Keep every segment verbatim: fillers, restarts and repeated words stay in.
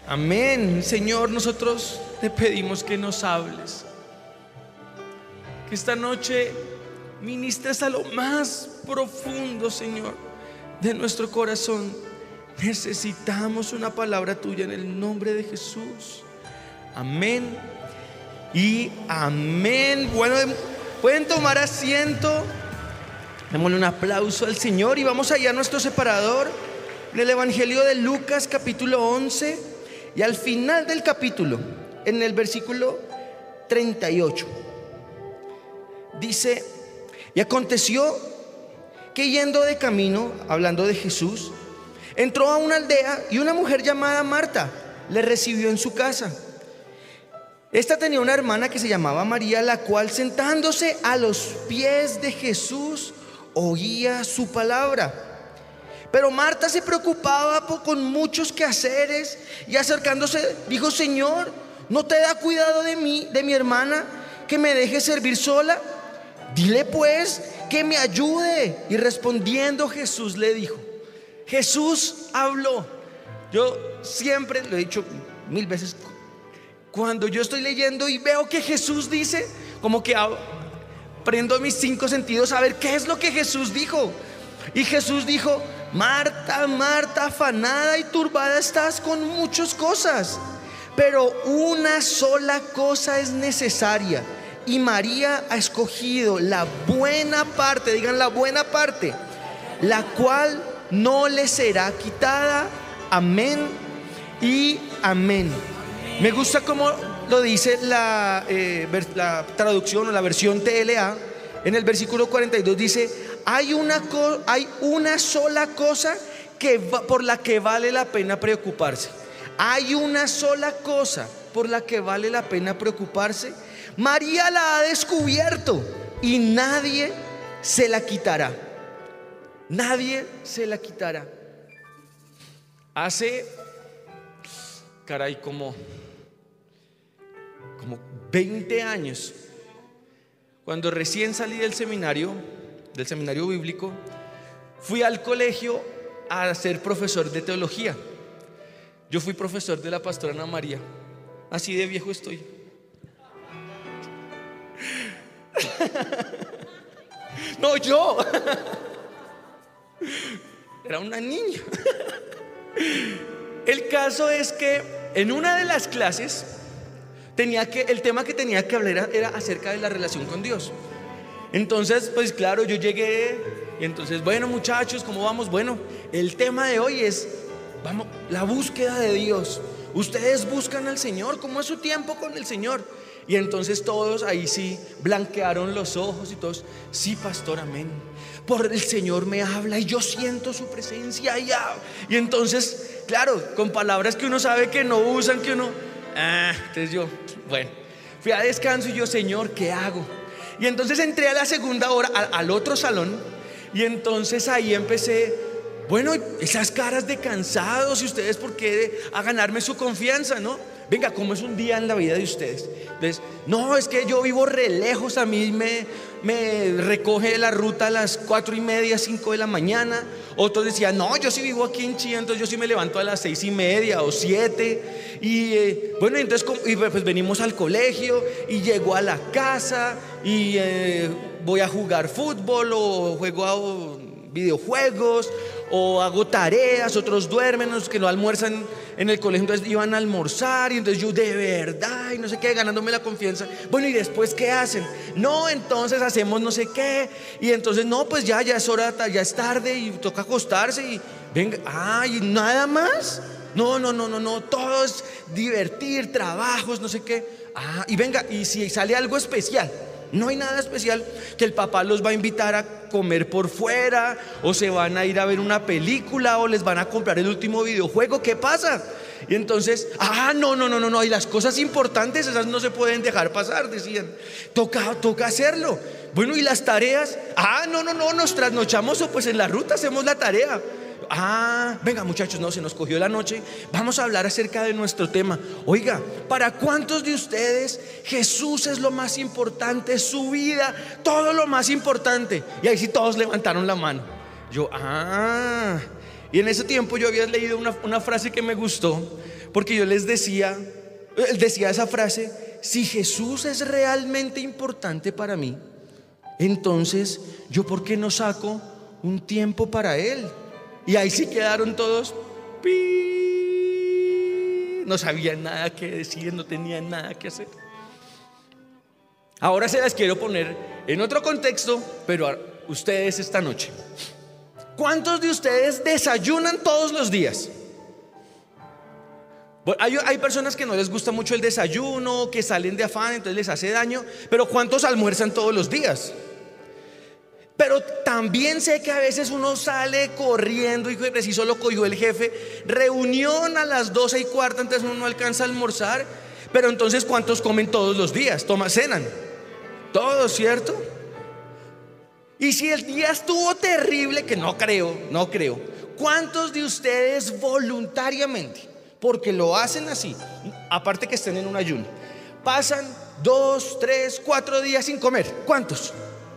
Amén. Señor, nosotros te pedimos que nos hables, que esta noche ministres a lo más profundo, Señor, de nuestro corazón. Necesitamos una palabra tuya en el nombre de Jesús. Amén y amén. Bueno, pueden tomar asiento. Démosle un aplauso al Señor y vamos allá a nuestro separador en el Evangelio de Lucas capítulo once, y al final del capítulo, en el versículo treinta y ocho, dice: y aconteció que yendo de camino, hablando de Jesús, entró a una aldea y una mujer llamada Marta le recibió en su casa. Esta tenía una hermana que se llamaba María, la cual, sentándose a los pies de Jesús, oía su palabra. Pero Marta se preocupaba con muchos quehaceres y acercándose dijo: Señor, ¿no te da cuidado de mí, de mi hermana, que me deje servir sola? Dile pues que me ayude. Y respondiendo Jesús le dijo. Jesús habló. Yo siempre lo he dicho mil veces, cuando yo estoy leyendo y veo que Jesús dice, como que prendo mis cinco sentidos a ver qué es lo que Jesús dijo. Y Jesús dijo: Marta, Marta, afanada y turbada estás con muchas cosas, pero una sola cosa es necesaria, y María ha escogido la buena parte, digan la buena parte, la cual no le será quitada. Amén y amén. Me gusta como lo dice la, eh, la traducción o la versión T L A. En el versículo cuarenta y dos dice: hay una, co- hay una sola cosa que va, por la que vale la pena preocuparse. Hay una sola cosa por la que vale la pena preocuparse. María la ha descubierto y nadie se la quitará. Nadie se la quitará. Hace, caray, como, como veinte años, cuando recién salí del seminario, del seminario bíblico, fui al colegio a ser profesor de teología. Yo fui profesor de la pastora Ana María. Así de viejo estoy. No, yo era una niña. El caso es que en una de las clases tenía que, el tema que tenía que hablar era, era acerca de la relación con Dios. Entonces, pues claro, yo llegué y entonces, bueno, muchachos, ¿cómo vamos? Bueno, el tema de hoy es, vamos, la búsqueda de Dios. Ustedes buscan al Señor, ¿cómo es su tiempo con el Señor? Y entonces todos ahí sí blanquearon los ojos y todos: sí, pastor, amén. Por el Señor me habla y yo siento su presencia y, ya. Y entonces, claro, con palabras que uno sabe que no usan, que uno, ah, entonces yo, bueno, fui a descanso y yo: Señor, ¿qué hago? Y entonces entré a la segunda hora al, al otro salón, y entonces ahí empecé, bueno, esas caras de cansados, y ustedes, ¿por qué? A ganarme su confianza, ¿no? Venga, ¿cómo es un día en la vida de ustedes? Entonces, no, es que yo vivo re lejos, a mí me, me recoge la ruta a las cuatro y media, cinco de la mañana. Otros decían: no, yo sí vivo aquí en Chía, entonces yo sí me levanto a las seis y media o siete. Y eh, bueno, entonces y pues venimos al colegio y llego a la casa y eh, voy a jugar fútbol o juego a videojuegos o hago tareas. Otros duermen, los que no almuerzan en el colegio, entonces iban a almorzar. Y entonces yo, de verdad, y no sé qué, ganándome la confianza. Bueno, ¿y después qué hacen? No, entonces hacemos no sé qué. Y entonces, no, pues ya, ya es hora, ya es tarde y toca acostarse. Y venga, ay, nada más. No, no, no, no, no, todo es divertir, trabajos, no sé qué. Ah, y venga, y si sale algo especial, no hay nada especial, que el papá los va a invitar a comer por fuera, o se van a ir a ver una película, o les van a comprar el último videojuego. ¿Qué pasa? Y entonces, ah, no, no, no, no, no, y las cosas importantes, esas no se pueden dejar pasar, decían. Toca, toca hacerlo. Bueno, y las tareas, ah, no, no, no, nos trasnochamos, o pues en la ruta hacemos la tarea. Ah, venga, muchachos, no, se nos cogió la noche. Vamos a hablar acerca de nuestro tema. Oiga, ¿para cuántos de ustedes Jesús es lo más importante, su vida, todo lo más importante? Y ahí sí todos levantaron la mano. Yo, ah, Y en ese tiempo yo había leído una, una frase que me gustó, porque yo les decía, decía esa frase: si Jesús es realmente importante para mí, entonces yo ¿por qué no saco un tiempo para Él? Y ahí sí quedaron todos, ¡pi! No sabían nada que decir, no tenían nada que hacer. Ahora se las quiero poner en otro contexto, pero a ustedes esta noche. ¿Cuántos de ustedes desayunan todos los días? Bueno, hay, hay personas que no les gusta mucho el desayuno, que salen de afán, entonces les hace daño. Pero ¿cuántos almuerzan todos los días? Pero también sé que a veces uno sale corriendo y preciso lo cogió el jefe, reunión a las doce y cuarta, entonces uno no alcanza a almorzar. Pero entonces ¿cuántos comen todos los días? Toma, cenan todos, ¿cierto? Y si el día estuvo terrible, que no creo, no creo, ¿cuántos de ustedes voluntariamente, porque lo hacen así, aparte que estén en un ayuno, pasan dos, tres, cuatro días sin comer? ¿Cuántos?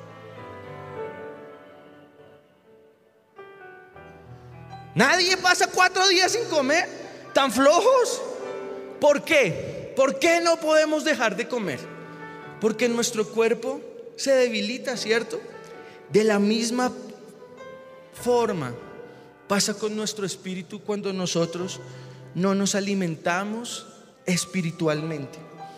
Nadie pasa cuatro días sin comer. ¿Tan flojos? ¿Por qué? ¿Por qué no podemos dejar de comer? Porque nuestro cuerpo se debilita, ¿cierto? De la misma forma pasa con nuestro espíritu cuando nosotros no nos alimentamos espiritualmente.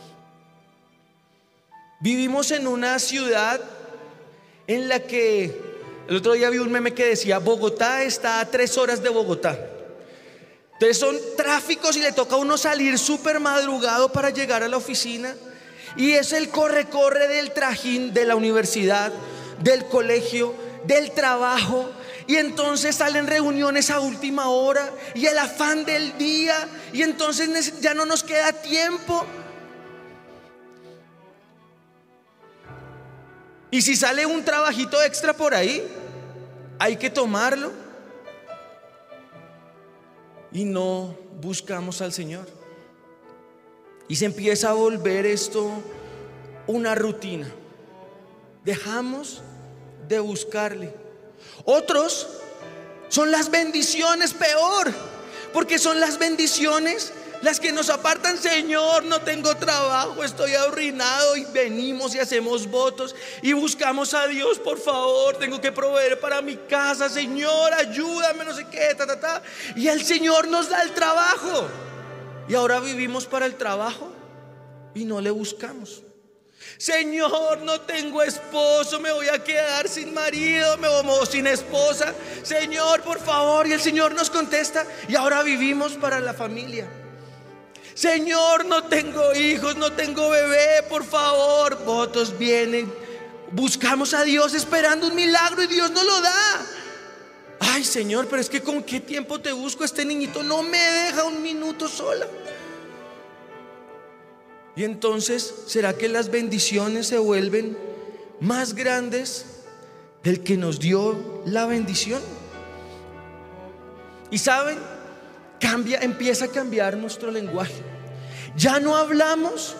Vivimos en una ciudad en la que el otro día vi un meme que decía: Bogotá está a tres horas de Bogotá. Entonces son tráficos y le toca a uno salir súper madrugado para llegar a la oficina. Y es el corre-corre del trajín de la universidad, del colegio, del trabajo. Y entonces salen reuniones a última hora y el afán del día. Y entonces ya no nos queda tiempo. Y si sale un trabajito extra por ahí, hay que tomarlo. Y no buscamos al Señor. Y se empieza a volver esto una rutina. Dejamos de buscarle. Otros son las bendiciones, peor, porque son las bendiciones las que nos apartan. Señor, no tengo trabajo, estoy arruinado, y venimos y hacemos votos y buscamos a Dios: por favor, tengo que proveer para mi casa, Señor, ayúdame, no sé qué, ta, ta, ta. Y el Señor nos da el trabajo, y ahora vivimos para el trabajo y no le buscamos. Señor, no tengo esposo, me voy a quedar sin marido, me voy sin esposa, Señor, por favor. Y el Señor nos contesta, y ahora vivimos para la familia. Señor, no tengo hijos, no tengo bebé, por favor. Votos vienen, buscamos a Dios esperando un milagro y Dios no lo da. Ay, Señor, pero es que ¿con qué tiempo te busco? Este niñito no me deja un minuto sola. Y entonces, ¿será que las bendiciones se vuelven más grandes del que nos dio la bendición? Y saben, cambia, empieza a cambiar nuestro lenguaje. Ya no hablamos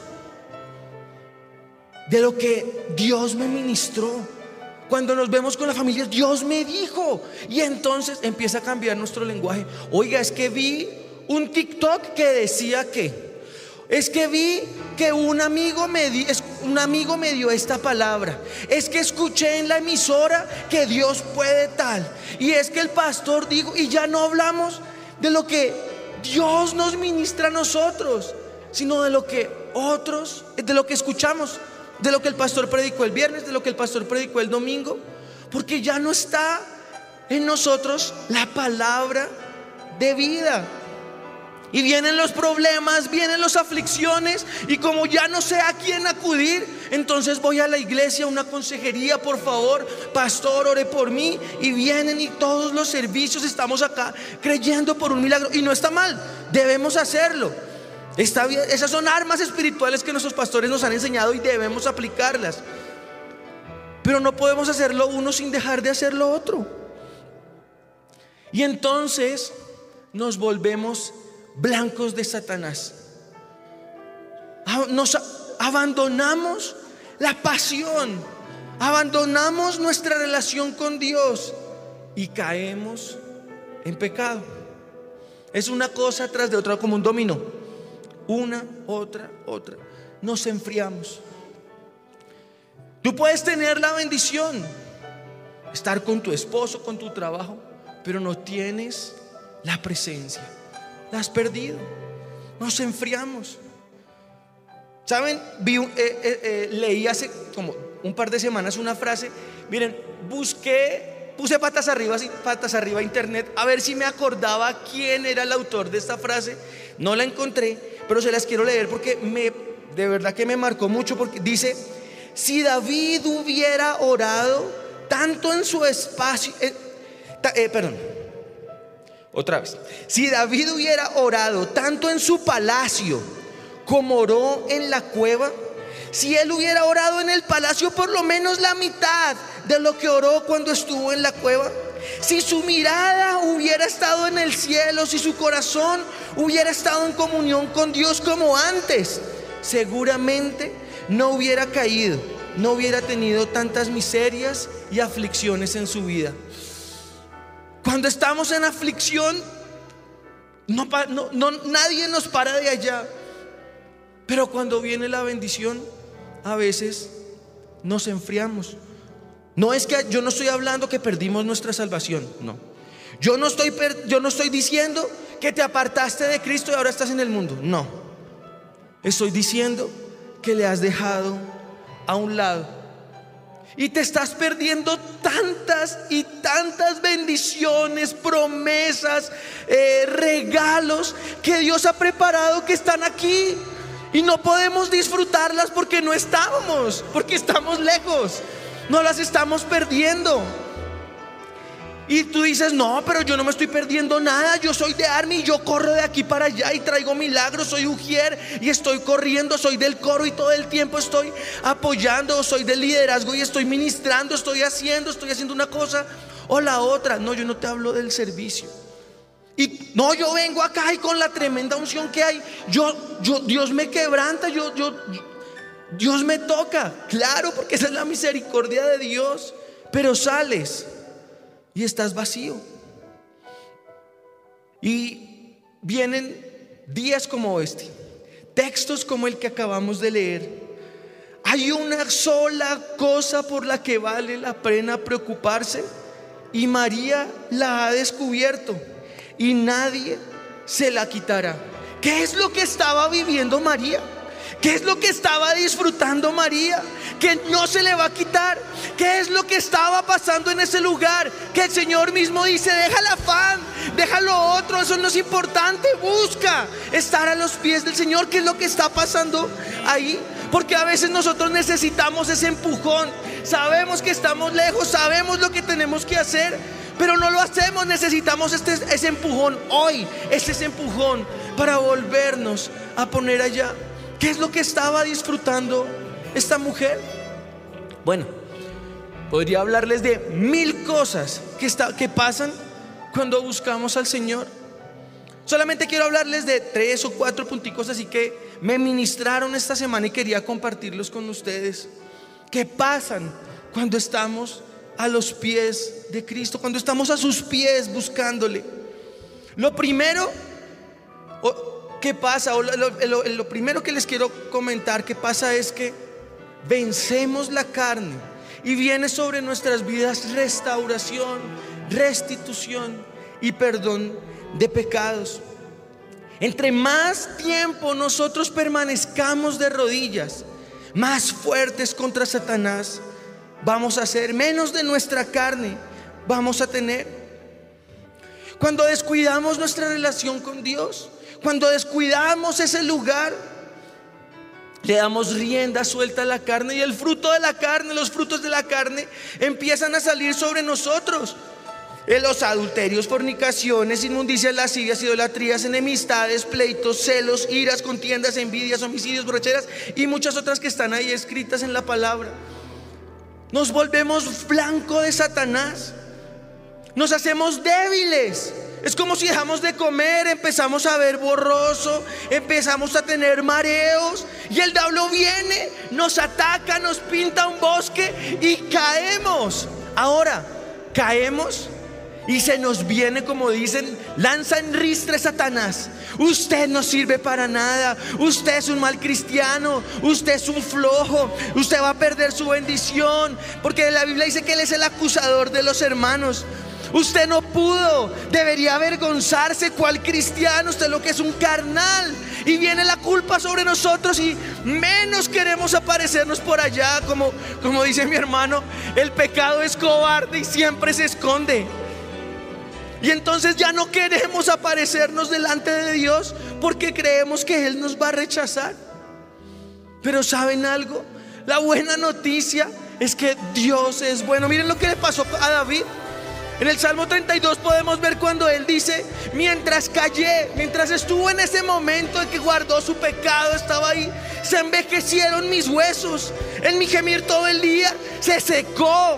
de lo que Dios me ministró. Cuando nos vemos con la familia, Dios me dijo. Y entonces empieza a cambiar nuestro lenguaje. Oiga, es que vi un TikTok que decía que Es que vi que un amigo me di, un amigo me dio esta palabra. Es que escuché en la emisora que Dios puede tal. Y es que el pastor dijo, y ya no hablamos de lo que Dios nos ministra a nosotros, sino de lo que otros, de lo que escuchamos, de lo que el pastor predicó el viernes, de lo que el pastor predicó el domingo. Porque ya no está en nosotros la palabra de vida. Y vienen los problemas, vienen las aflicciones, y como ya no sé a quién acudir, entonces voy a la iglesia, a una consejería, por favor, pastor, ore por mí. Y vienen, y todos los servicios estamos acá creyendo por un milagro. Y no está mal, debemos hacerlo. Está bien, esas son armas espirituales que nuestros pastores nos han enseñado y debemos aplicarlas. Pero no podemos hacerlo uno sin dejar de hacer lo otro. Y entonces nos volvemos blancos de Satanás. Nos abandonamos la pasión, abandonamos nuestra relación con Dios y caemos en pecado. Es una cosa tras de otra, como un dominó. Una, otra, otra. Nos enfriamos. Tú puedes tener la bendición, estar con tu esposo, con tu trabajo, pero no tienes la presencia. La has perdido. Nos enfriamos. ¿Saben? Vi, eh, eh, eh, leí hace como un par de semanas una frase. Miren, busqué, puse patas arriba, patas arriba a internet a ver si me acordaba quién era el autor de esta frase. No la encontré, pero se las quiero leer porque me, de verdad que me marcó mucho. Porque dice: si David hubiera orado tanto en su espacio, eh, ta, eh, perdón, otra vez. Si David hubiera orado tanto en su palacio como oró en la cueva, si él hubiera orado en el palacio por lo menos la mitad de lo que oró cuando estuvo en la cueva, si su mirada hubiera estado en el cielo, si su corazón hubiera estado en comunión con Dios como antes, seguramente no hubiera caído, no hubiera tenido tantas miserias y aflicciones en su vida. Cuando estamos en aflicción, no, no, no, nadie nos para de allá. Pero cuando viene la bendición, a veces nos enfriamos. No es que yo no estoy hablando que perdimos nuestra salvación, no. Yo no estoy, yo no estoy diciendo que te apartaste de Cristo y ahora estás en el mundo, no. Estoy diciendo que le has dejado a un lado y te estás perdiendo tantas y tantas bendiciones, promesas, eh, regalos que Dios ha preparado, que están aquí. Y no podemos disfrutarlas porque no estábamos, porque estamos lejos, no las estamos perdiendo. Y tú dices: no, pero yo no me estoy perdiendo nada. Yo soy de Army, yo corro de aquí para allá y traigo milagros. Soy ujier y estoy corriendo. Soy del coro y todo el tiempo estoy apoyando. Soy del liderazgo y estoy ministrando. Estoy haciendo, estoy haciendo una cosa o la otra. No, yo no te hablo del servicio. Y no, yo vengo acá y con la tremenda unción que hay, yo, yo, Dios me quebranta, yo, yo, Dios me toca. Claro, porque esa es la misericordia de Dios. Pero sales y estás vacío. Y vienen días como este, textos como el que acabamos de leer. Hay una sola cosa por la que vale la pena preocuparse, y María la ha descubierto y nadie se la quitará. ¿Qué es lo que estaba viviendo María? ¿Qué es lo que estaba disfrutando María? Que no se le va a quitar. ¿Qué es lo que estaba pasando en ese lugar? Que el Señor mismo dice: deja el afán, deja lo otro, eso no es importante. Busca estar a los pies del Señor. ¿Qué es lo que está pasando ahí? Porque a veces nosotros necesitamos ese empujón. Sabemos que estamos lejos, sabemos lo que tenemos que hacer, pero no lo hacemos. Necesitamos este, ese empujón hoy, este ese empujón para volvernos a poner allá. ¿Qué es lo que estaba disfrutando esta mujer? Bueno, podría hablarles de mil cosas que, está, que pasan cuando buscamos al Señor. Solamente quiero hablarles de tres o cuatro punticos así que me ministraron esta semana y quería compartirlos con ustedes. ¿Qué pasan cuando estamos a los pies de Cristo? Cuando estamos a sus pies buscándole. Lo primero que pasa, o lo, lo, lo primero que les quiero comentar que pasa es que vencemos la carne y viene sobre nuestras vidas restauración, restitución y perdón de pecados. Entre más tiempo nosotros permanezcamos de rodillas, más fuertes contra Satanás vamos a ser, menos de nuestra carne vamos a tener. Cuando descuidamos nuestra relación con Dios, cuando descuidamos ese lugar, le damos rienda suelta a la carne, y el fruto de la carne, los frutos de la carne empiezan a salir sobre nosotros. Los adulterios, fornicaciones, inmundicias, lascivias, idolatrías, enemistades, pleitos, celos, iras, contiendas, envidias, homicidios, borracheras y muchas otras que están ahí escritas en la palabra. Nos volvemos blanco de Satanás, nos hacemos débiles. Es como si dejamos de comer, empezamos a ver borroso, empezamos a tener mareos, y el diablo viene, nos ataca, nos pinta un bosque y caemos. Ahora, caemos y se nos viene, como dicen, lanza en ristre Satanás: usted no sirve para nada, usted es un mal cristiano, usted es un flojo, usted va a perder su bendición, porque la Biblia dice que Él es el acusador de los hermanos. Usted no pudo, debería avergonzarse. ¿Cuál cristiano? Usted lo que es un carnal. Y viene la culpa sobre nosotros y menos queremos aparecernos por allá. Como, como dice mi hermano, el pecado es cobarde y siempre se esconde. Y entonces ya no queremos aparecernos delante de Dios porque creemos que Él nos va a rechazar. Pero ¿saben algo? La buena noticia es que Dios es bueno. Miren lo que le pasó a David. En el Salmo treinta y dos podemos ver cuando él dice: mientras callé, mientras estuvo en ese momento en que guardó su pecado, estaba ahí, se envejecieron mis huesos, en mi gemir todo el día se secó.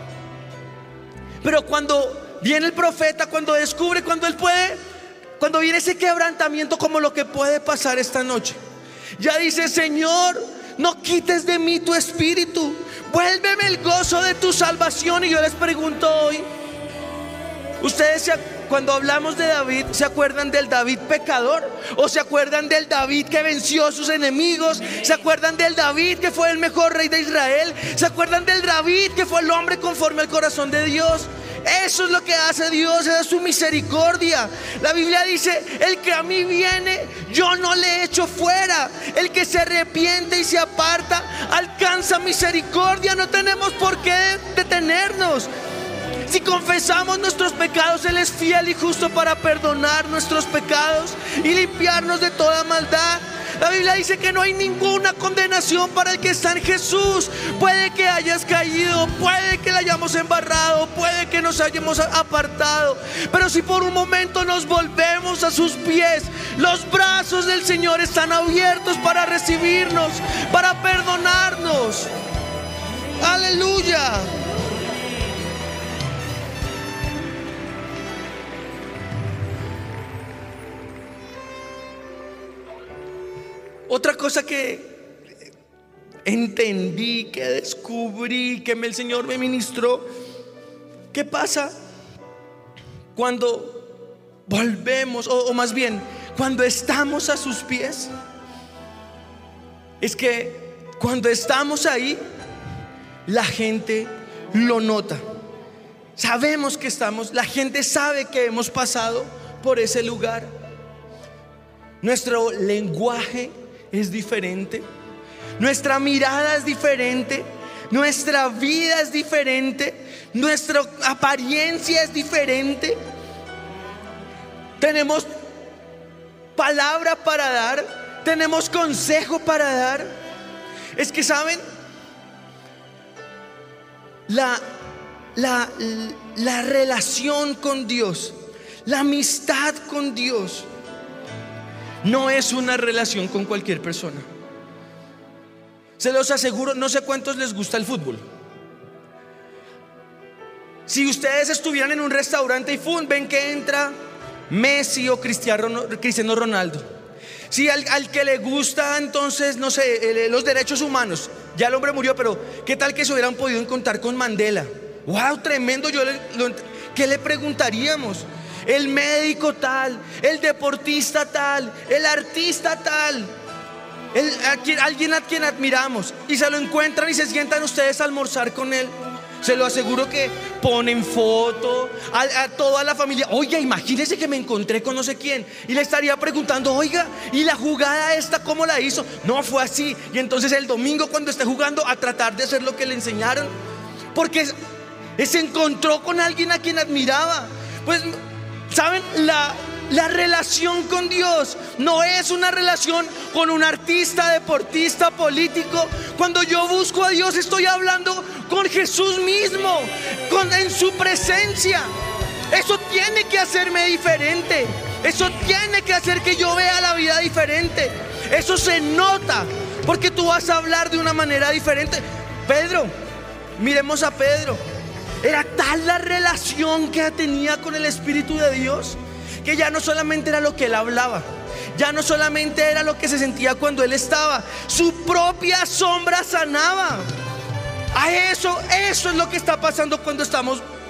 Pero cuando viene el profeta, cuando descubre, cuando él puede, cuando viene ese quebrantamiento, como lo que puede pasar esta noche, ya dice: Señor, no quites de mí tu espíritu, vuélveme el gozo de tu salvación. Y yo les pregunto hoy, ustedes, cuando hablamos de David, ¿se acuerdan del David pecador? ¿O se acuerdan del David que venció a sus enemigos? ¿Se acuerdan del David que fue el mejor rey de Israel? ¿Se acuerdan del David que fue el hombre conforme al corazón de Dios? Eso es lo que hace Dios, esa es su misericordia. La Biblia dice: el que a mí viene, yo no le echo fuera. El que se arrepiente y se aparta, alcanza misericordia. No tenemos por qué detenernos. Si confesamos nuestros pecados, Él es fiel y justo para perdonar nuestros pecados y limpiarnos de toda maldad. La Biblia dice que no hay ninguna condenación para el que está en Jesús. Puede que hayas caído, puede que la hayamos embarrado, puede que nos hayamos apartado, pero si por un momento nos volvemos a sus pies, los brazos del Señor están abiertos para recibirnos, para perdonarnos. Aleluya. Otra cosa que entendí, que descubrí, que el Señor me ministró: ¿qué pasa cuando volvemos, o, o más bien, cuando estamos a sus pies? Es que cuando estamos ahí, la gente lo nota. Sabemos que estamos, la gente sabe que hemos pasado por ese lugar. Nuestro lenguaje es diferente, nuestra mirada es diferente, nuestra vida es diferente, nuestra apariencia es diferente. Tenemos palabra para dar, tenemos consejo para dar. Es que saben, la, la, la relación con Dios, la amistad con Dios, no es una relación con cualquier persona. Se los aseguro, no sé cuántos les gusta el fútbol. Si ustedes estuvieran en un restaurante y ¡fum!, ven que entra Messi o Cristiano, Cristiano Ronaldo. Si al, al que le gusta, entonces, no sé, los derechos humanos, ya el hombre murió, pero ¿qué tal que se hubieran podido encontrar con Mandela? ¡Wow! Tremendo. Yo le, lo, ¿qué le preguntaríamos? El médico tal, el deportista tal, el artista tal, el, a quien, alguien a quien admiramos, y se lo encuentran y se sientan ustedes a almorzar con él. Se lo aseguro que ponen foto a, a toda la familia. Oiga, imagínese que me encontré con no sé quién, y le estaría preguntando: oiga, ¿y la jugada esta cómo la hizo? No, fue así. Y entonces el domingo, cuando esté jugando, a tratar de hacer lo que le enseñaron, porque se encontró con alguien a quien admiraba. Pues, ¿saben? La, la relación con Dios no es una relación con un artista, deportista, político. Cuando yo busco a Dios, estoy hablando con Jesús mismo, con, en su presencia. Eso tiene que hacerme diferente. Eso tiene que hacer que yo vea la vida diferente. Eso se nota, porque tú vas a hablar de una manera diferente. Pedro, miremos a Pedro. Era tal la relación que tenía con el Espíritu de Dios, que ya no solamente era lo que él hablaba, ya no solamente era lo que se sentía cuando él estaba, su propia sombra sanaba. A eso, eso es lo que está pasando cuando estamos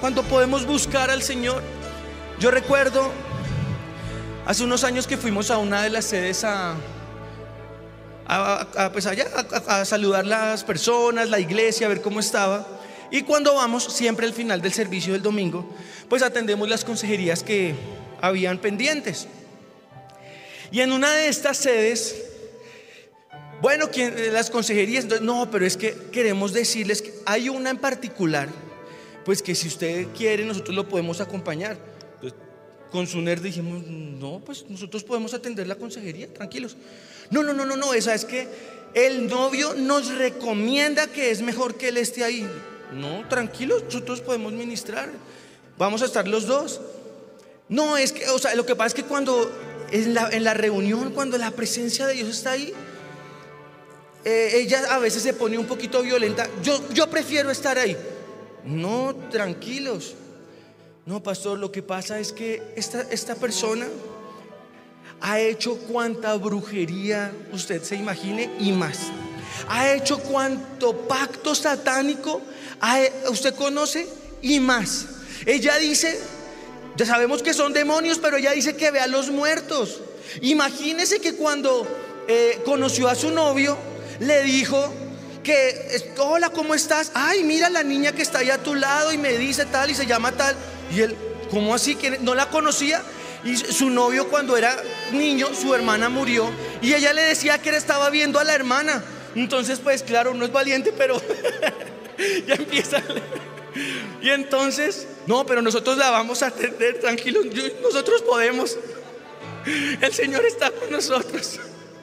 cuando podemos buscar al Señor. Yo recuerdo hace unos años que fuimos a una de las sedes a, a, a, pues allá, a, a saludar a las personas, la iglesia, a ver cómo estaba. Y cuando vamos, siempre al final del servicio del domingo, pues atendemos las consejerías que habían pendientes. Y en una de estas sedes, bueno, las consejerías, no, pero es que queremos decirles que hay una en particular, pues que si usted quiere nosotros lo podemos acompañar. Entonces, con Suner dijimos, no, pues nosotros podemos atender la consejería, tranquilos. No, no, no, no, no, esa es que el novio nos recomienda que es mejor que él esté ahí. No, tranquilos, nosotros podemos ministrar, vamos a estar los dos. No, es que, o sea, lo que pasa es que cuando en la, en la reunión, cuando la presencia de Dios está ahí, eh, ella a veces se pone un poquito violenta. Yo, yo prefiero estar ahí. No, tranquilos. No, pastor, lo que pasa es que esta, esta persona ha hecho cuanta brujería usted se imagine y más. Ha hecho cuanto pacto satánico usted conoce y más. Ella dice, ya sabemos que son demonios, pero ella dice que ve a los muertos. Imagínese que cuando eh, conoció a su novio, le dijo que, hola, ¿cómo estás? Ay, mira la niña que está ahí a tu lado y me dice tal y se llama tal. Y él, ¿cómo así? Que no la conocía. Y su novio, cuando era niño, su hermana murió y ella le decía que él estaba viendo a la hermana. Entonces, pues claro, no es valiente, pero ya empieza. Y entonces, no, pero nosotros la vamos a atender, tranquilos, nosotros podemos. El Señor está con nosotros.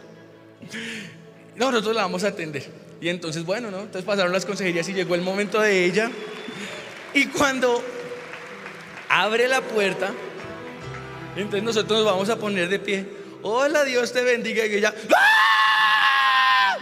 No, nosotros la vamos a atender. Y entonces, bueno, ¿no? Entonces pasaron las consejerías y llegó el momento de ella. Y cuando abre la puerta, entonces nosotros nos vamos a poner de pie. Hola, Dios te bendiga. Y ella, ¡ah!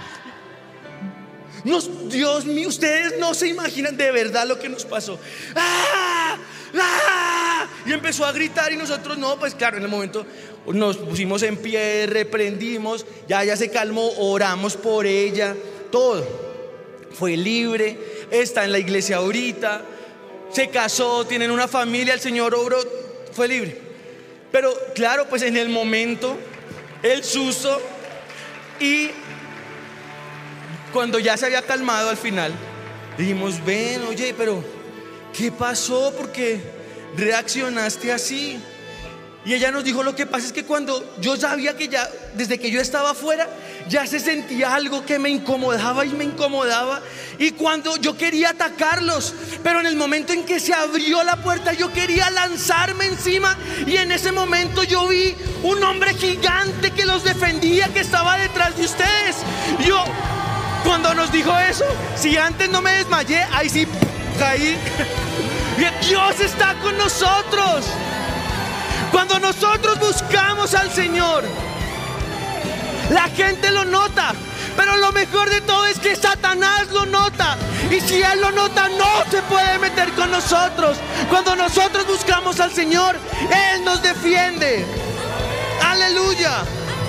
Nos, Dios mío, ustedes no se imaginan de verdad lo que nos pasó. ¡Ah! ¡Ah! Y empezó a gritar y nosotros no, pues claro, en el momento nos pusimos en pie, reprendimos, ya ella se calmó, oramos por ella, todo. Fue libre, está en la iglesia ahorita, se casó, tienen una familia, el Señor obró, fue libre. Pero claro, pues en el momento, el susto, y cuando ya se había calmado al final, dijimos, ven, oye, pero ¿qué pasó? ¿Por qué reaccionaste así? Y ella nos dijo, lo que pasa es que cuando yo sabía que ya, desde que yo estaba afuera, ya se sentía algo que me incomodaba y me incomodaba. Y cuando yo quería atacarlos, pero en el momento en que se abrió la puerta, yo quería lanzarme encima. Y en ese momento yo vi un hombre gigante que los defendía, que estaba detrás de ustedes. Yo, cuando nos dijo eso, si antes no me desmayé, ahí sí caí. Dios está con nosotros. Cuando nosotros buscamos al Señor, la gente lo nota, pero lo mejor de todo es que Satanás lo nota. Y si él lo nota, no se puede meter con nosotros. Cuando nosotros buscamos al Señor, Él nos defiende. Aleluya.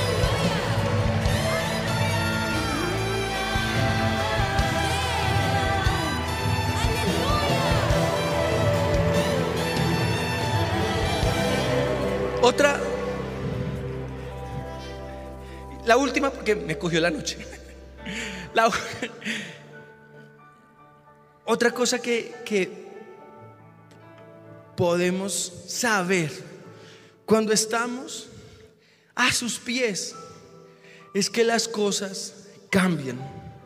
Otra, la última, porque me cogió la noche. La, otra cosa que, que podemos saber cuando estamos a sus pies es que las cosas cambian.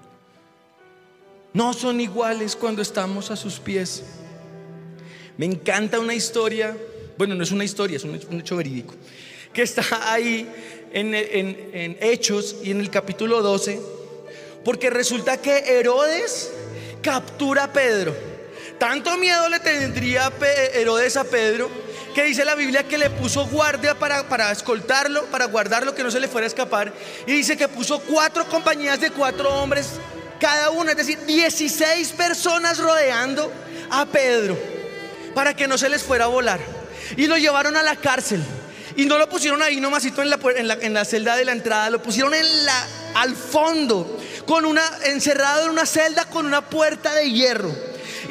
No son iguales cuando estamos a sus pies. Me encanta una historia. Bueno, no es una historia, es un hecho, un hecho verídico, que está ahí en, en, en Hechos y en el capítulo doce. Porque resulta que Herodes captura a Pedro. Tanto miedo le tendría Herodes a Pedro, que dice la Biblia que le puso guardia para, para escoltarlo, para guardarlo, que no se le fuera a escapar. Y dice que puso cuatro compañías de cuatro hombres cada una, es decir, dieciséis personas rodeando a Pedro para que no se les fuera a volar. Y lo llevaron a la cárcel. Y no lo pusieron ahí nomasito en la, en la, en la celda de la entrada. Lo pusieron en la, al fondo, con una, encerrado en una celda con una puerta de hierro.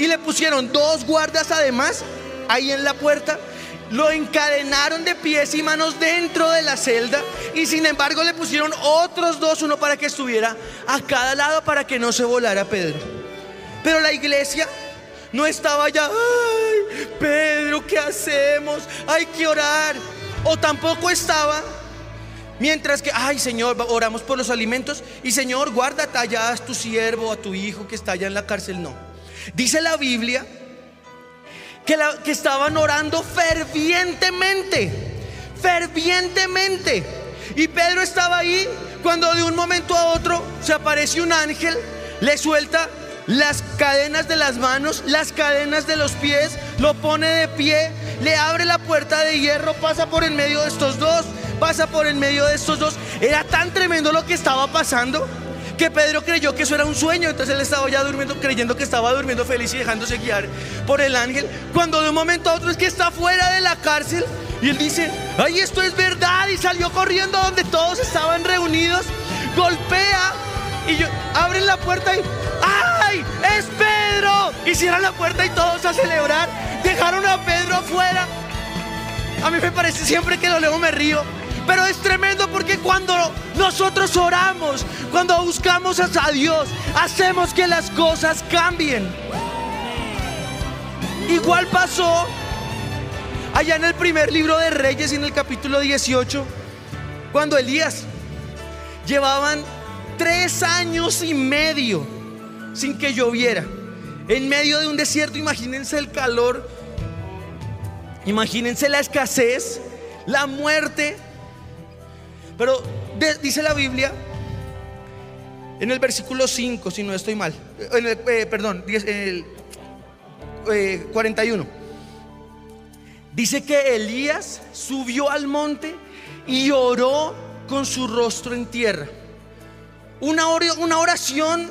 y le pusieron dos guardas además ahí en la puerta. Lo encadenaron de pies y manos dentro de la celda, y sin embargo le pusieron otros dos, uno para que estuviera a cada lado para que no se volara Pedro. Pero la iglesia no estaba ya, ay, Pedro, ¿qué hacemos? Hay que orar. O tampoco estaba, mientras que, ay, Señor, oramos por los alimentos y Señor, guárdate allá a tu siervo, a tu hijo que está allá en la cárcel. No. Dice la Biblia que, la, que estaban orando fervientemente, fervientemente. Y Pedro estaba ahí cuando de un momento a otro se aparece un ángel, le suelta las cadenas de las manos, las cadenas de los pies, lo pone de pie, le abre la puerta de hierro, pasa por en medio de estos dos, pasa por en medio de estos dos. Era tan tremendo lo que estaba pasando que Pedro creyó que eso era un sueño. Entonces él estaba ya durmiendo, creyendo que estaba durmiendo feliz y dejándose guiar por el ángel, cuando de un momento a otro es que está fuera de la cárcel y él dice, ay, esto es verdad, y salió corriendo donde todos estaban reunidos, golpea y yo, abren la puerta y ¡ay! ¡Es Pedro! Y cierran la puerta y todos a celebrar. Dejaron a Pedro afuera. A mí me parece, siempre que lo leo me río, pero es tremendo porque cuando nosotros oramos, cuando buscamos a Dios, hacemos que las cosas cambien. Igual pasó allá en el primer libro de Reyes, en el capítulo dieciocho, cuando Elías llevaban tres años y medio sin que lloviera, en medio de un desierto. Imagínense el calor, imagínense la escasez, la muerte. Pero de, dice la Biblia en el versículo cinco, si no estoy mal, en el, eh, perdón, diez, el, eh, cuarenta y uno, dice que Elías subió al monte y oró con su rostro en tierra. Una, or- una oración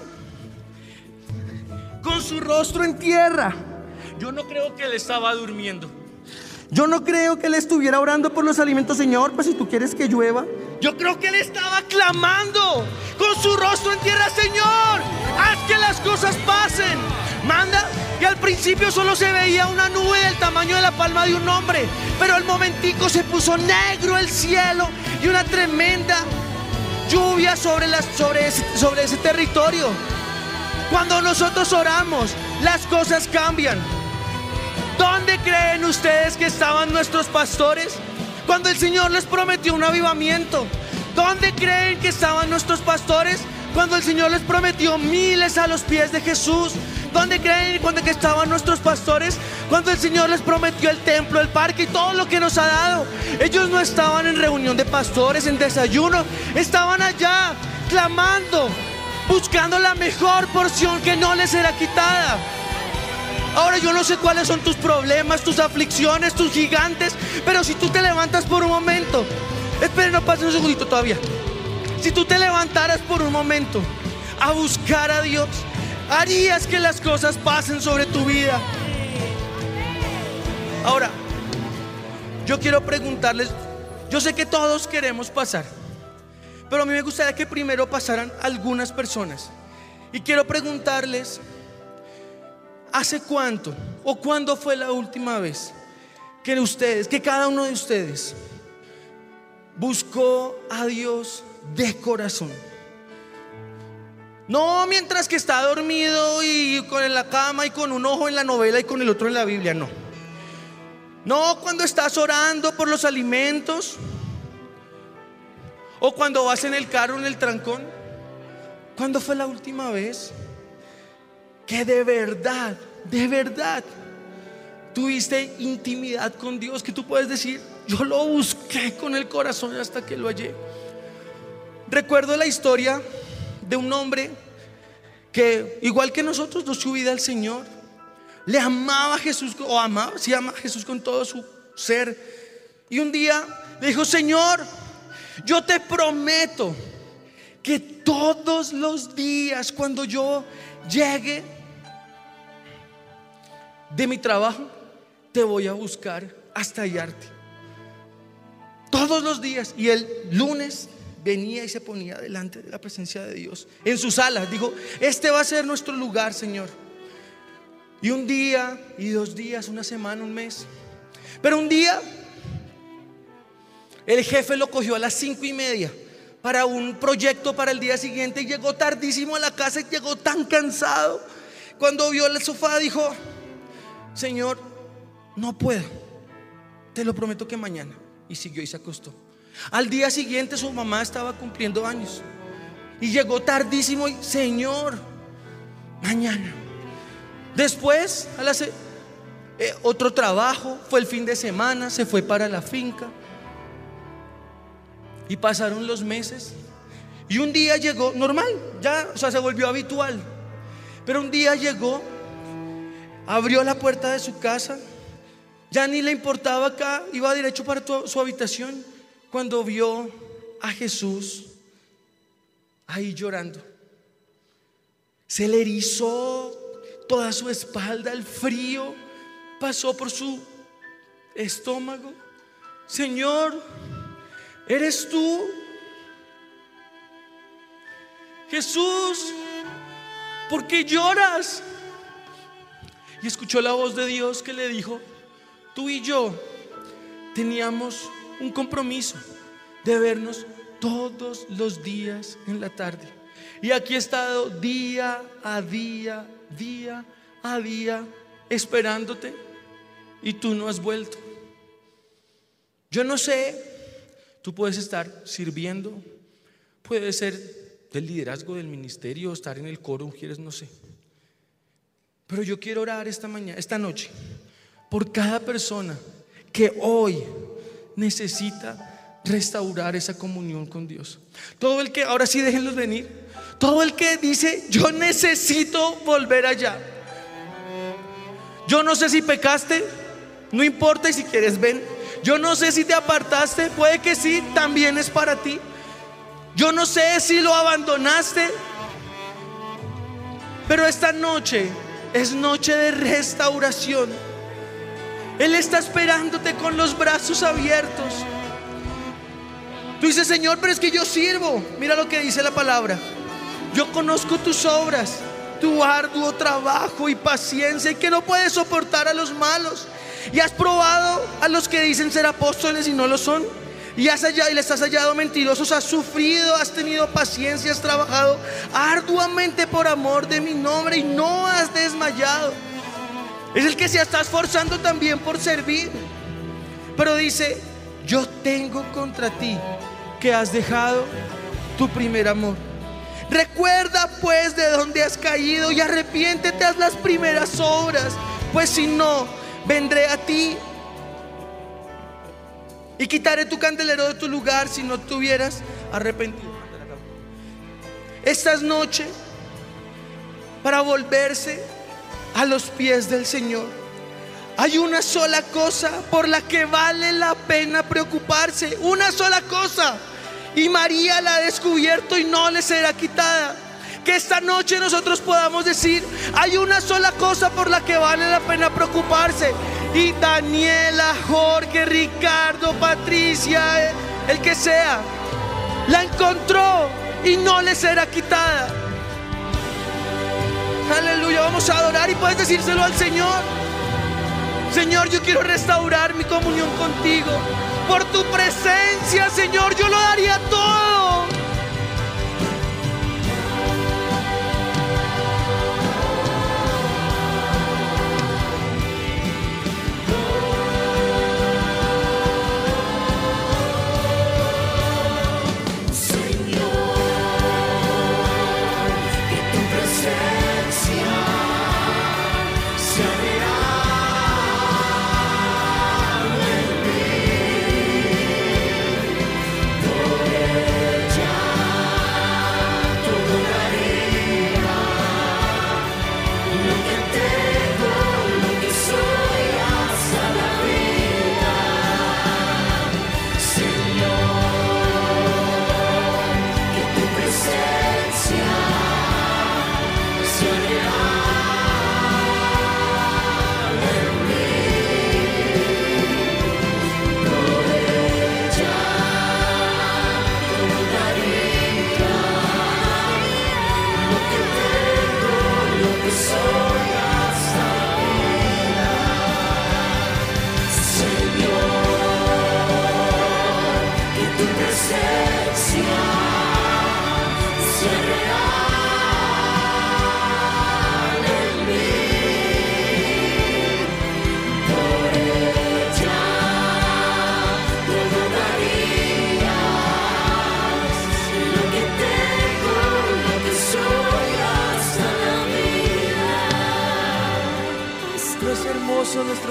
con su rostro en tierra. Yo no creo que él estaba durmiendo. Yo no creo que él estuviera orando por los alimentos. Señor, pues si tú quieres que llueva. Yo creo que él estaba clamando con su rostro en tierra: Señor, haz que las cosas pasen. Manda. Y al principio solo se veía una nube del tamaño de la palma de un hombre, pero al momentico se puso negro el cielo y una tremenda lluvia sobre, las, sobre, ese, sobre ese territorio. Cuando nosotros oramos, las cosas cambian. ¿Dónde creen ustedes que estaban nuestros pastores cuando el Señor les prometió un avivamiento? ¿Dónde creen que estaban nuestros pastores cuando el Señor les prometió miles a los pies de Jesús? ¿Dónde creen cuando que estaban nuestros pastores cuando el Señor les prometió el templo, el parque y todo lo que nos ha dado? Ellos no estaban en reunión de pastores, en desayuno. Estaban allá clamando, buscando la mejor porción que no les será quitada. Ahora yo no sé cuáles son tus problemas, tus aflicciones, tus gigantes, pero si tú te levantas por un momento, esperen, no pasen un segundito todavía. Si tú te levantaras por un momento a buscar a Dios, harías que las cosas pasen sobre tu vida. Ahora, yo quiero preguntarles, yo sé que todos queremos pasar, pero a mí me gustaría que primero pasaran algunas personas. Y quiero preguntarles, ¿hace cuánto o cuándo fue la última vez que ustedes, que cada uno de ustedes buscó a Dios de corazón? No mientras que está dormido y con en la cama y con un ojo en la novela y con el otro en la Biblia, no. No cuando estás orando por los alimentos o cuando vas en el carro en el trancón. ¿Cuándo fue la última vez que de verdad, de verdad tuviste intimidad con Dios? Que tú puedes decir, yo lo busqué con el corazón hasta que lo hallé. Recuerdo la historia de un hombre que, igual que nosotros, dio su vida al Señor. Le amaba a Jesús, o amaba, sí ama a Jesús con todo su ser. Y un día le dijo: Señor, yo te prometo que todos los días, cuando yo llegue de mi trabajo, te voy a buscar hasta hallarte. Todos los días. Y el lunes venía y se ponía delante de la presencia de Dios en su sala. Dijo: este va a ser nuestro lugar, Señor. Y un día, y dos días, una semana, un mes. Pero un día el jefe lo cogió a las cinco y media para un proyecto para el día siguiente, y llegó tardísimo a la casa y llegó tan cansado. Cuando vio el sofá dijo: Señor, no puedo, te lo prometo que mañana. Y siguió y se acostó. Al día siguiente su mamá estaba cumpliendo años y llegó tardísimo y: Señor, mañana. Después a las, eh, otro trabajo, fue el fin de semana, se fue para la finca. Y pasaron los meses. Y un día llegó, normal, ya, o sea, se volvió habitual. Pero un día llegó, abrió la puerta de su casa, ya ni le importaba acá, iba derecho para tu, su habitación, cuando vio a Jesús ahí llorando. Se le erizó toda su espalda, el frío pasó por su estómago. Señor, ¿eres tú? Jesús, ¿por qué lloras? Y escuchó la voz de Dios que le dijo: tú y yo teníamos un compromiso de vernos todos los días en la tarde. Y aquí he estado día a día, día a día, esperándote, y tú no has vuelto. Yo no sé, tú puedes estar sirviendo, puede ser del liderazgo del ministerio, estar en el coro, ungieres, no sé. Pero yo quiero orar esta mañana, esta noche, por cada persona que hoy necesita restaurar esa comunión con Dios. Todo el que, ahora sí déjenlos venir, todo el que dice: yo necesito volver allá. Yo no sé si pecaste, no importa, y si quieres ven. Yo no sé si te apartaste, puede que sí, también es para ti. Yo no sé si lo abandonaste, pero esta noche es noche de restauración. Él está esperándote con los brazos abiertos. Tú dices: Señor, pero es que yo sirvo. Mira lo que dice la palabra: yo conozco tus obras, tu arduo trabajo y paciencia, y que no puedes soportar a los malos. Y has probado a los que dicen ser apóstoles y no lo son, y, has hallado, y les has hallado mentirosos. Has sufrido, has tenido paciencia, has trabajado arduamente por amor de mi nombre y no has desmayado. Es el que se está esforzando también por servir. Pero dice: yo tengo contra ti que has dejado tu primer amor. Recuerda pues de dónde has caído y arrepiéntete, haz las primeras obras, pues si no, vendré a ti y quitaré tu candelero de tu lugar si no te hubieras arrepentido. Esta es noche para volverse a los pies del Señor. Hay una sola cosa por la que vale la pena preocuparse, una sola cosa, y María la ha descubierto y no le será quitada. Que esta noche nosotros podamos decir: hay una sola cosa por la que vale la pena preocuparse. Y Daniela, Jorge, Ricardo, Patricia, el que sea, la encontró y no le será quitada. Aleluya, vamos a adorar y puedes decírselo al Señor: Señor, yo quiero restaurar mi comunión contigo. Por tu presencia, Señor, yo lo daría todo. Yeah.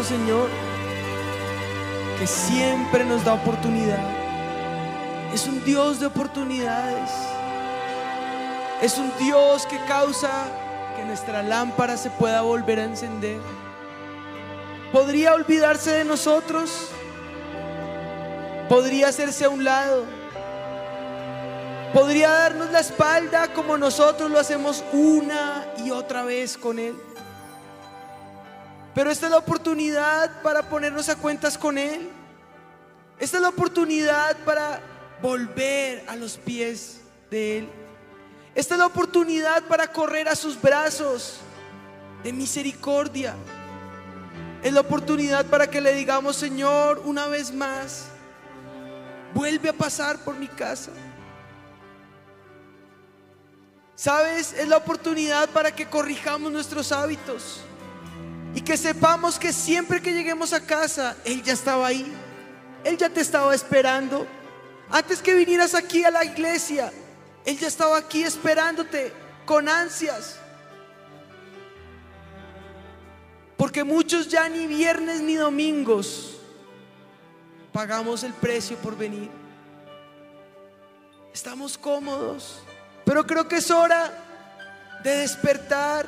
Señor, que siempre nos da oportunidad. Es un Dios de oportunidades. Es un Dios que causa que nuestra lámpara se pueda volver a encender. ¿Podría olvidarse de nosotros? ¿Podría hacerse a un lado? ¿Podría darnos la espalda como nosotros lo hacemos una y otra vez con Él? Pero esta es la oportunidad para ponernos a cuentas con Él. Esta es la oportunidad para volver a los pies de Él. Esta es la oportunidad para correr a sus brazos de misericordia. Es la oportunidad para que le digamos: Señor, una vez más, vuelve a pasar por mi casa. ¿Sabes? Es la oportunidad para que corrijamos nuestros hábitos y que sepamos que siempre que lleguemos a casa, Él ya estaba ahí. Él ya te estaba esperando. Antes que vinieras aquí a la iglesia, Él ya estaba aquí esperándote con ansias. Porque muchos ya ni viernes ni domingos pagamos el precio por venir. Estamos cómodos, pero creo que es hora de despertar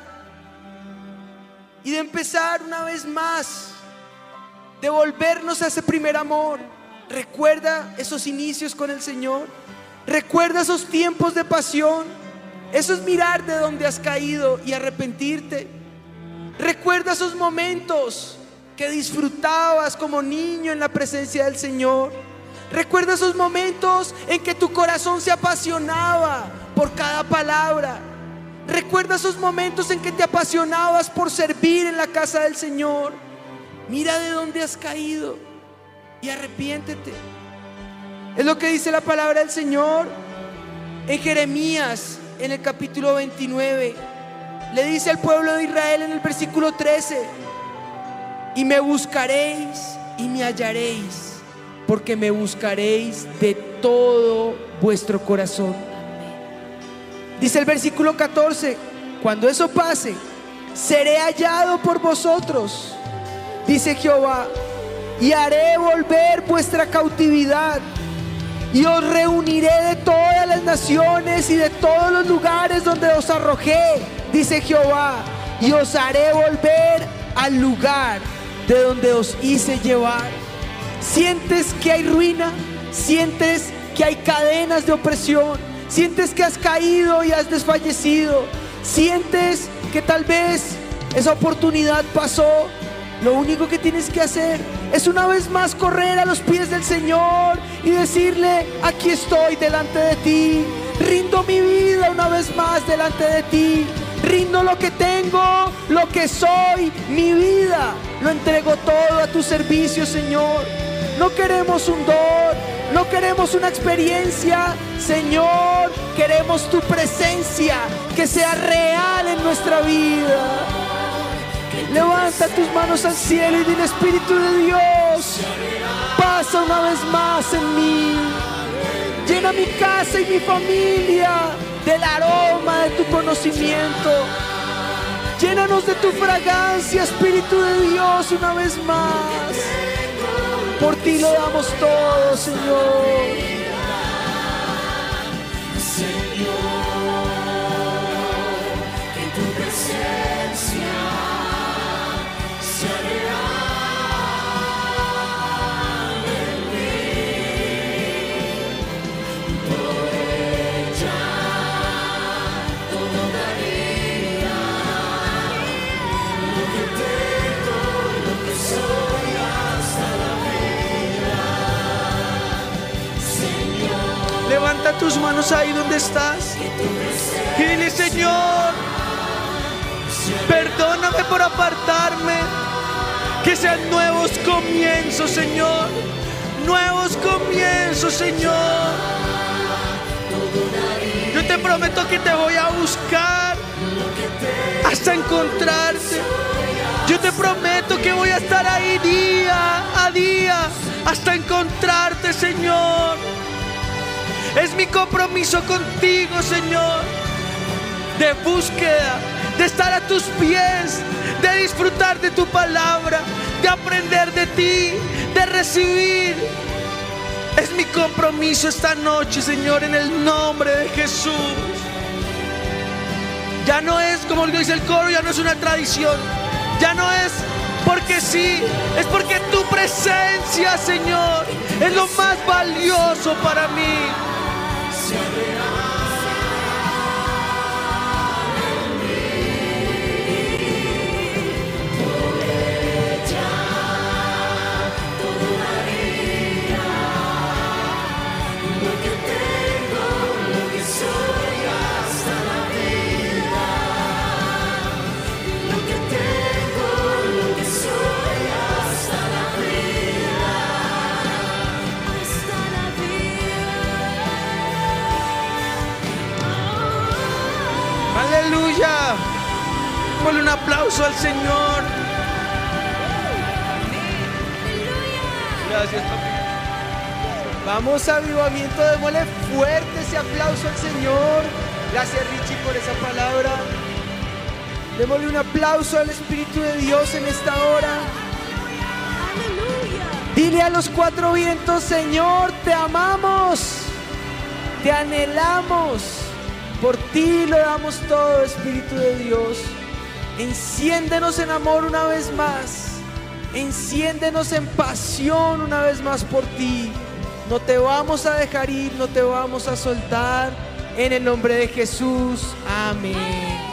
y de empezar una vez más, de volvernos a ese primer amor. Recuerda esos inicios con el Señor. Recuerda esos tiempos de pasión. Eso es mirar de donde has caído y arrepentirte. Recuerda esos momentos que disfrutabas como niño en la presencia del Señor. Recuerda esos momentos en que tu corazón se apasionaba por cada palabra. Recuerda esos momentos en que te apasionabas por servir en la casa del Señor. Mira de dónde has caído y arrepiéntete. Es lo que dice la palabra del Señor en Jeremías, en el capítulo veintinueve. Le dice al pueblo de Israel en el versículo trece: y me buscaréis y me hallaréis, porque me buscaréis de todo vuestro corazón. Dice el versículo catorce: cuando eso pase, seré hallado por vosotros, dice Jehová, y haré volver vuestra cautividad, y os reuniré de todas las naciones y de todos los lugares donde os arrojé, dice Jehová, y os haré volver al lugar de donde os hice llevar. ¿Sientes que hay ruina? ¿Sientes que hay cadenas de opresión? ¿Sientes que has caído y has desfallecido? ¿Sientes que tal vez esa oportunidad pasó? Lo único que tienes que hacer es una vez más correr a los pies del Señor y decirle: aquí estoy delante de ti, rindo mi vida una vez más delante de ti, rindo lo que tengo, lo que soy, mi vida, lo entrego todo a tu servicio, Señor. No queremos un don, no queremos una experiencia, Señor, queremos tu presencia, que sea real en nuestra vida. Levanta tus manos al cielo y dile: Espíritu de Dios, pasa una vez más en mí. Llena mi casa y mi familia del aroma de tu conocimiento. Llénanos de tu fragancia, Espíritu de Dios, una vez más. Por ti lo damos todo, Señor. Levanta tus manos ahí donde estás y dile: Señor, perdóname por apartarme. Que sean nuevos comienzos, Señor. Nuevos comienzos, Señor. Yo te prometo que te voy a buscar hasta encontrarte. Yo te prometo que voy a estar ahí día a día hasta encontrarte, Señor. Es mi compromiso contigo, Señor, de búsqueda, de estar a tus pies, de disfrutar de tu palabra, de aprender de ti, de recibir. Es mi compromiso esta noche, Señor, en el nombre de Jesús. Ya no es, como dice el coro, ya no es una tradición, ya no es porque sí, es porque tu presencia, Señor, es lo más valioso para mí. Aleluya. Ponle un aplauso al Señor. Gracias, papi. Vamos a avivamiento, démosle fuerte ese aplauso al Señor. Gracias, Richie, por esa palabra. Démosle un aplauso al Espíritu de Dios en esta hora. Aleluya. Dile a los cuatro vientos: Señor, te amamos, te anhelamos. Por ti lo damos todo, Espíritu de Dios. Enciéndenos en amor una vez más. Enciéndenos en pasión una vez más por ti. No te vamos a dejar ir, no te vamos a soltar. En el nombre de Jesús, amén.